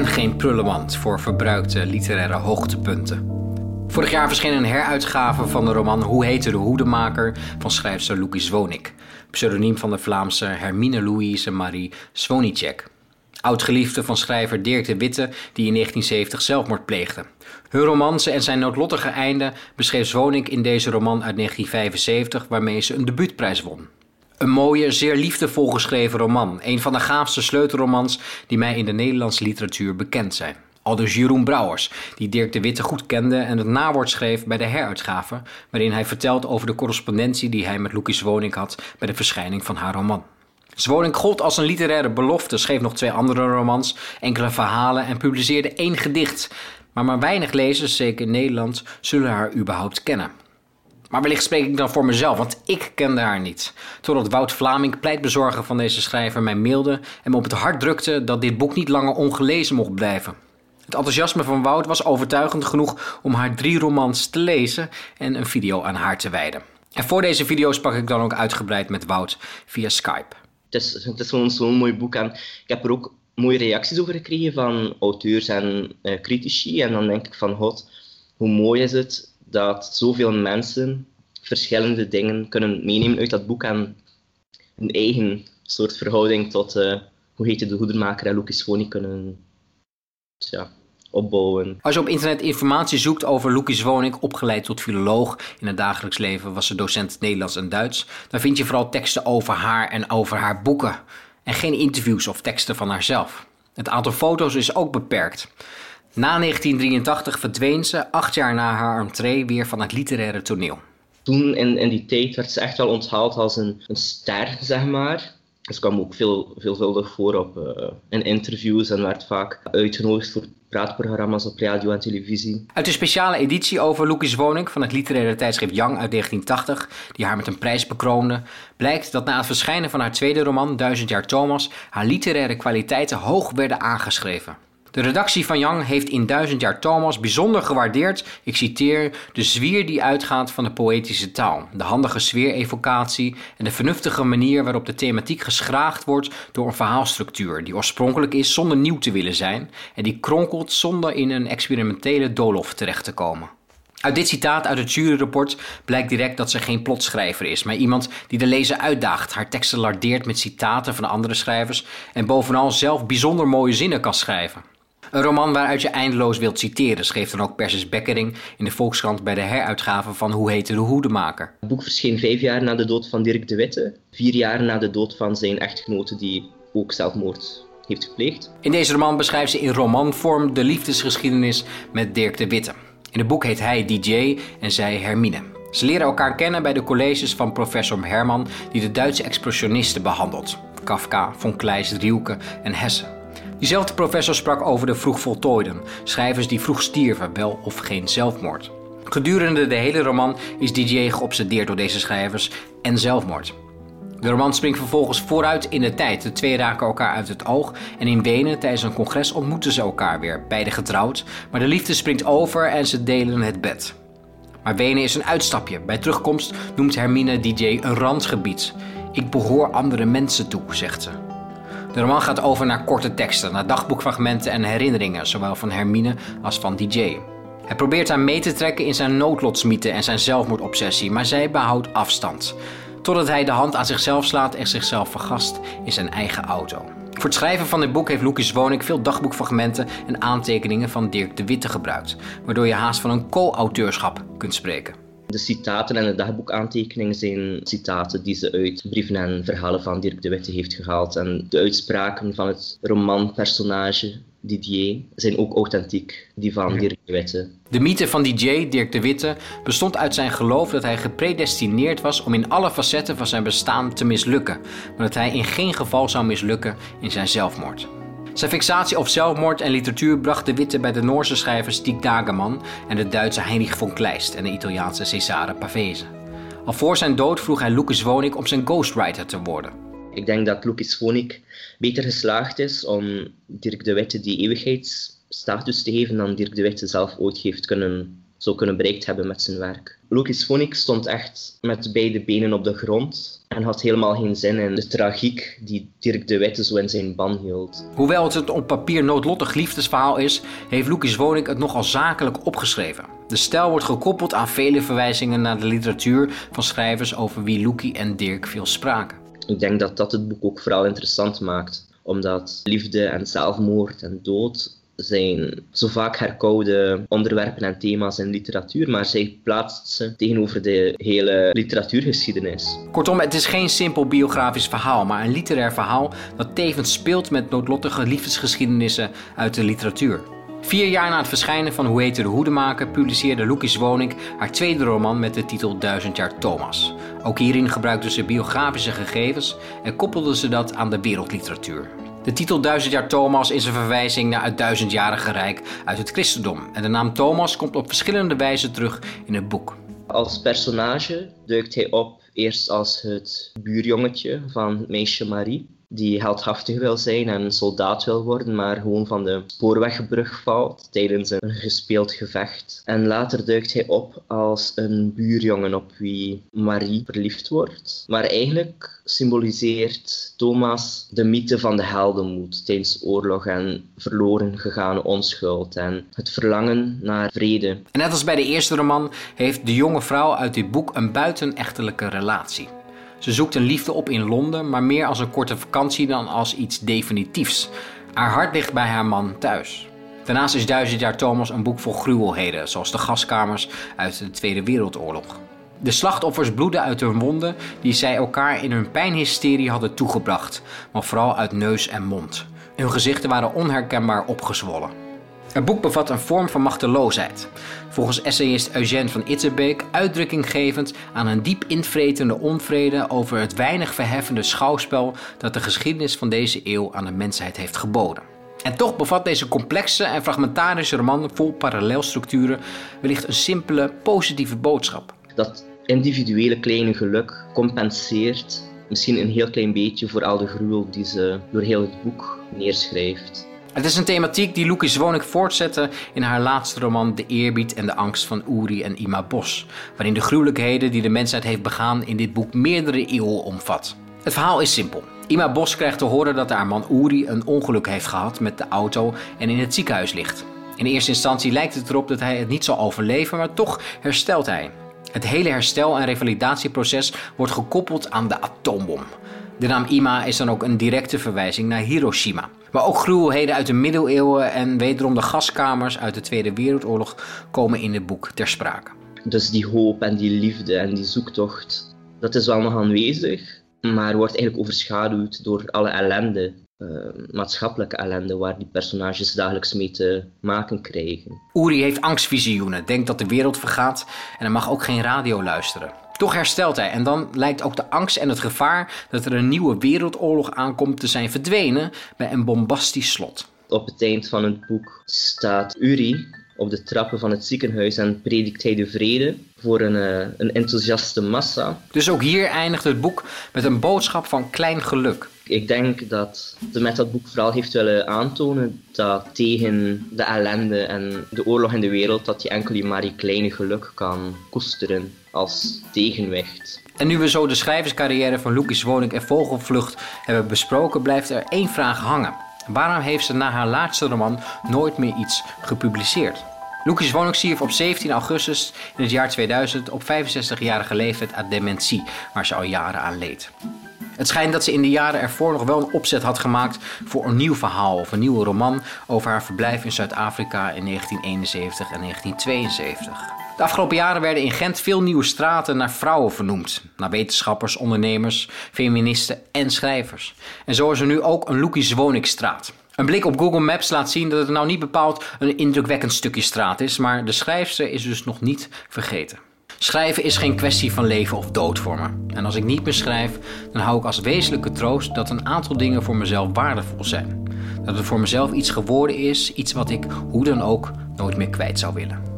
ben geen prullenmand voor verbruikte literaire hoogtepunten. Vorig jaar verscheen een heruitgave van de roman Hoe heette de hoedemaker van schrijfster Luky Zwonek, pseudoniem van de Vlaamse Hermine Louise Marie Zwonicek. Oud-geliefde van schrijver Dirk de Witte, die in 1970 zelfmoord pleegde. Hun romance en zijn noodlottige einde beschreef Zwonek in deze roman uit 1975, waarmee ze een debuutprijs won. Een mooie, zeer liefdevol geschreven roman. Een van de gaafste sleutelromans die mij in de Nederlandse literatuur bekend zijn. Aldus Jeroen Brouwers, die Dirk de Witte goed kende en het nawoord schreef bij de heruitgave, waarin hij vertelt over de correspondentie die hij met Luky Zwonek had bij de verschijning van haar roman. Zwonek gold als een literaire belofte, schreef nog 2 andere romans, enkele verhalen en publiceerde 1 gedicht. Maar weinig lezers, zeker in Nederland, zullen haar überhaupt kennen. Maar wellicht spreek ik dan voor mezelf, want ik kende haar niet. Totdat Wout Vlaming, pleitbezorger van deze schrijver, mij mailde en me op het hart drukte dat dit boek niet langer ongelezen mocht blijven. Het enthousiasme van Wout was overtuigend genoeg om haar 3 romans te lezen en een video aan haar te wijden. En voor deze video sprak ik dan ook uitgebreid met Wout via Skype. Het is gewoon zo'n mooi boek en ik heb er ook mooie reacties over gekregen van auteurs en critici. En dan denk ik van, god, hoe mooi is het dat zoveel mensen verschillende dingen kunnen meenemen uit dat boek en een eigen soort verhouding tot Hoe heette de hoedemaker en Luky Zwonek kunnen opbouwen. Als je op internet informatie zoekt over Luky Zwonek, opgeleid tot filoloog, in het dagelijks leven was ze docent Nederlands en Duits, dan vind je vooral teksten over haar en over haar boeken. En geen interviews of teksten van haarzelf. Het aantal foto's is ook beperkt. Na 1983 verdween ze, 8 jaar na haar entree, weer van het literaire toneel. Toen in die tijd werd ze echt wel onthaald als een ster, zeg maar. Ze kwam ook veelvuldig voor in interviews en werd vaak uitgenodigd voor praatprogramma's op radio en televisie. Uit de speciale editie over Luky Zwonek van het literaire tijdschrift Young uit 1980, die haar met een prijs bekroonde, blijkt dat na het verschijnen van haar tweede roman 1000 jaar Thomas haar literaire kwaliteiten hoog werden aangeschreven. De redactie van Young heeft in 1000 jaar Thomas bijzonder gewaardeerd, ik citeer, de zwier die uitgaat van de poëtische taal, de handige sfeerevocatie en de vernuftige manier waarop de thematiek geschraagd wordt door een verhaalstructuur die oorspronkelijk is zonder nieuw te willen zijn en die kronkelt zonder in een experimentele doolhof terecht te komen. Uit dit citaat uit het juryrapport blijkt direct dat ze geen plotschrijver is, maar iemand die de lezer uitdaagt, haar teksten lardeert met citaten van andere schrijvers en bovenal zelf bijzonder mooie zinnen kan schrijven. Een roman waaruit je eindeloos wilt citeren, schreef dan ook Persis Bekkering in de Volkskrant bij de heruitgave van Hoe heette de hoedemaker. Het boek verscheen 5 jaar na de dood van Dirk de Witte, 4 jaar na de dood van zijn echtgenote die ook zelfmoord heeft gepleegd. In deze roman beschrijft ze in romanvorm de liefdesgeschiedenis met Dirk de Witte. In het boek heet hij DJ en zij Hermine. Ze leren elkaar kennen bij de colleges van professor Herman, die de Duitse expressionisten behandelt. Kafka, von Kleist, Rilke en Hesse. Diezelfde professor sprak over de vroegvoltooiden, schrijvers die vroeg stierven, wel of geen zelfmoord. Gedurende de hele roman is DJ geobsedeerd door deze schrijvers en zelfmoord. De roman springt vervolgens vooruit in de tijd. De 2 raken elkaar uit het oog en in Wenen tijdens een congres ontmoeten ze elkaar weer, beide getrouwd, maar de liefde springt over en ze delen het bed. Maar Wenen is een uitstapje. Bij terugkomst noemt Hermine DJ een randgebied. Ik behoor andere mensen toe, zegt ze. De roman gaat over naar korte teksten, naar dagboekfragmenten en herinneringen, zowel van Hermine als van DJ. Hij probeert haar mee te trekken in zijn noodlotsmythe en zijn zelfmoordobsessie, maar zij behoudt afstand. Totdat hij de hand aan zichzelf slaat en zichzelf vergast in zijn eigen auto. Voor het schrijven van dit boek heeft Luky Zwonek veel dagboekfragmenten en aantekeningen van Dirk de Witte gebruikt, waardoor je haast van een co-auteurschap kunt spreken. De citaten en de dagboekaantekeningen zijn citaten die ze uit brieven en verhalen van Dirk de Witte heeft gehaald. En de uitspraken van het romanpersonage Didier zijn ook authentiek, die van Dirk de Witte. De mythe van DJ, Dirk de Witte, bestond uit zijn geloof dat hij gepredestineerd was om in alle facetten van zijn bestaan te mislukken, maar dat hij in geen geval zou mislukken in zijn zelfmoord. Zijn fixatie op zelfmoord en literatuur bracht de Witte bij de Noorse schrijvers Stieg Dagerman en de Duitse Heinrich von Kleist en de Italiaanse Cesare Pavese. Al voor zijn dood vroeg hij Luky Zwonek om zijn ghostwriter te worden. Ik denk dat Luky Zwonek beter geslaagd is om Dirk de Witte die eeuwigheidsstatus te geven dan Dirk de Witte zelf ooit heeft kunnen zou kunnen bereikt hebben met zijn werk. Łukasz Wonik stond echt met beide benen op de grond en had helemaal geen zin in de tragiek die Dirk de Witte zo in zijn ban hield. Hoewel het een op papier noodlottig liefdesverhaal is, heeft Łukasz Wonik het nogal zakelijk opgeschreven. De stijl wordt gekoppeld aan vele verwijzingen naar de literatuur van schrijvers over wie Lucky en Dirk veel spraken. Ik denk dat dat het boek ook vooral interessant maakt, omdat liefde en zelfmoord en dood zijn zo vaak herkoude onderwerpen en thema's in literatuur, maar zij plaatst ze tegenover de hele literatuurgeschiedenis. Kortom, het is geen simpel biografisch verhaal, maar een literair verhaal dat tevens speelt met noodlottige liefdesgeschiedenissen uit de literatuur. 4 jaar na het verschijnen van Hoe heette de hoedemaker publiceerde Łukasz Wonik haar tweede roman met de titel 1000 jaar Thomas. Ook hierin gebruikte ze biografische gegevens en koppelde ze dat aan de wereldliteratuur. De titel 1000 jaar Thomas is een verwijzing naar het 1000-jarige rijk uit het christendom. En de naam Thomas komt op verschillende wijzen terug in het boek. Als personage duikt hij op eerst als het buurjongetje van het meisje Marie, die heldhaftig wil zijn en soldaat wil worden, maar gewoon van de spoorwegbrug valt tijdens een gespeeld gevecht. En later duikt hij op als een buurjongen op wie Marie verliefd wordt. Maar eigenlijk symboliseert Thomas de mythe van de heldenmoed tijdens oorlog en verloren gegaane onschuld en het verlangen naar vrede. En net als bij de eerste roman heeft de jonge vrouw uit dit boek een buitenechtelijke relatie. Ze zoekt een liefde op in Londen, maar meer als een korte vakantie dan als iets definitiefs. Haar hart ligt bij haar man thuis. Daarnaast is 1000 jaar Thomas een boek vol gruwelheden, zoals de gaskamers uit de Tweede Wereldoorlog. De slachtoffers bloedden uit hun wonden die zij elkaar in hun pijnhysterie hadden toegebracht, maar vooral uit neus en mond. Hun gezichten waren onherkenbaar opgezwollen. Het boek bevat een vorm van machteloosheid. Volgens essayist Eugène van Itterbeek uitdrukking gevend aan een diep invretende onvrede over het weinig verheffende schouwspel dat de geschiedenis van deze eeuw aan de mensheid heeft geboden. En toch bevat deze complexe en fragmentarische roman vol parallelstructuren wellicht een simpele, positieve boodschap. Dat individuele kleine geluk compenseert misschien een heel klein beetje voor al de gruwel die ze door heel het boek neerschrijft. Het is een thematiek die Łukasz Wonik voortzette in haar laatste roman De eerbied en de angst van Uri en Ima Bos, waarin de gruwelijkheden die de mensheid heeft begaan in dit boek meerdere eeuwen omvat. Het verhaal is simpel. Ima Bos krijgt te horen dat haar man Uri een ongeluk heeft gehad met de auto en in het ziekenhuis ligt. In eerste instantie lijkt het erop dat hij het niet zal overleven, maar toch herstelt hij. Het hele herstel- en revalidatieproces wordt gekoppeld aan de atoombom. De naam Ima is dan ook een directe verwijzing naar Hiroshima. Maar ook gruwelheden uit de middeleeuwen en wederom de gaskamers uit de Tweede Wereldoorlog komen in het boek ter sprake. Dus die hoop en die liefde en die zoektocht, dat is wel nog aanwezig, maar wordt eigenlijk overschaduwd door alle ellende, maatschappelijke ellende, waar die personages dagelijks mee te maken krijgen. Uri heeft angstvisioenen, denkt dat de wereld vergaat en hij mag ook geen radio luisteren. Toch herstelt hij en dan lijkt ook de angst en het gevaar dat er een nieuwe wereldoorlog aankomt te zijn verdwenen bij een bombastisch slot. Op het eind van het boek staat Uri op de trappen van het ziekenhuis en predikt hij de vrede voor een enthousiaste massa. Dus ook hier eindigt het boek met een boodschap van klein geluk. Ik denk dat ze met dat boek vooral heeft willen aantonen dat tegen de ellende en de oorlog in de wereld dat je enkel maar je kleine geluk kan koesteren als tegenwicht. En nu we zo de schrijverscarrière van Łukasz Wonik en Vogelvlucht hebben besproken, blijft er één vraag hangen. Waarom heeft ze na haar laatste roman nooit meer iets gepubliceerd? Łukasz Wonik stierf op 17 augustus in het jaar 2000 op 65-jarige leeftijd aan dementie, waar ze al jaren aan leed. Het schijnt dat ze in de jaren ervoor nog wel een opzet had gemaakt voor een nieuw verhaal of een nieuwe roman over haar verblijf in Zuid-Afrika in 1971 en 1972. De afgelopen jaren werden in Gent veel nieuwe straten naar vrouwen vernoemd. Naar wetenschappers, ondernemers, feministen en schrijvers. En zo is er nu ook een Łukasz Wonikstraat. Een blik op Google Maps laat zien dat het nou niet bepaald een indrukwekkend stukje straat is, maar de schrijfster is dus nog niet vergeten. Schrijven is geen kwestie van leven of dood voor me. En als ik niet meer schrijf, dan hou ik als wezenlijke troost dat een aantal dingen voor mezelf waardevol zijn. Dat het voor mezelf iets geworden is, iets wat ik, hoe dan ook, nooit meer kwijt zou willen.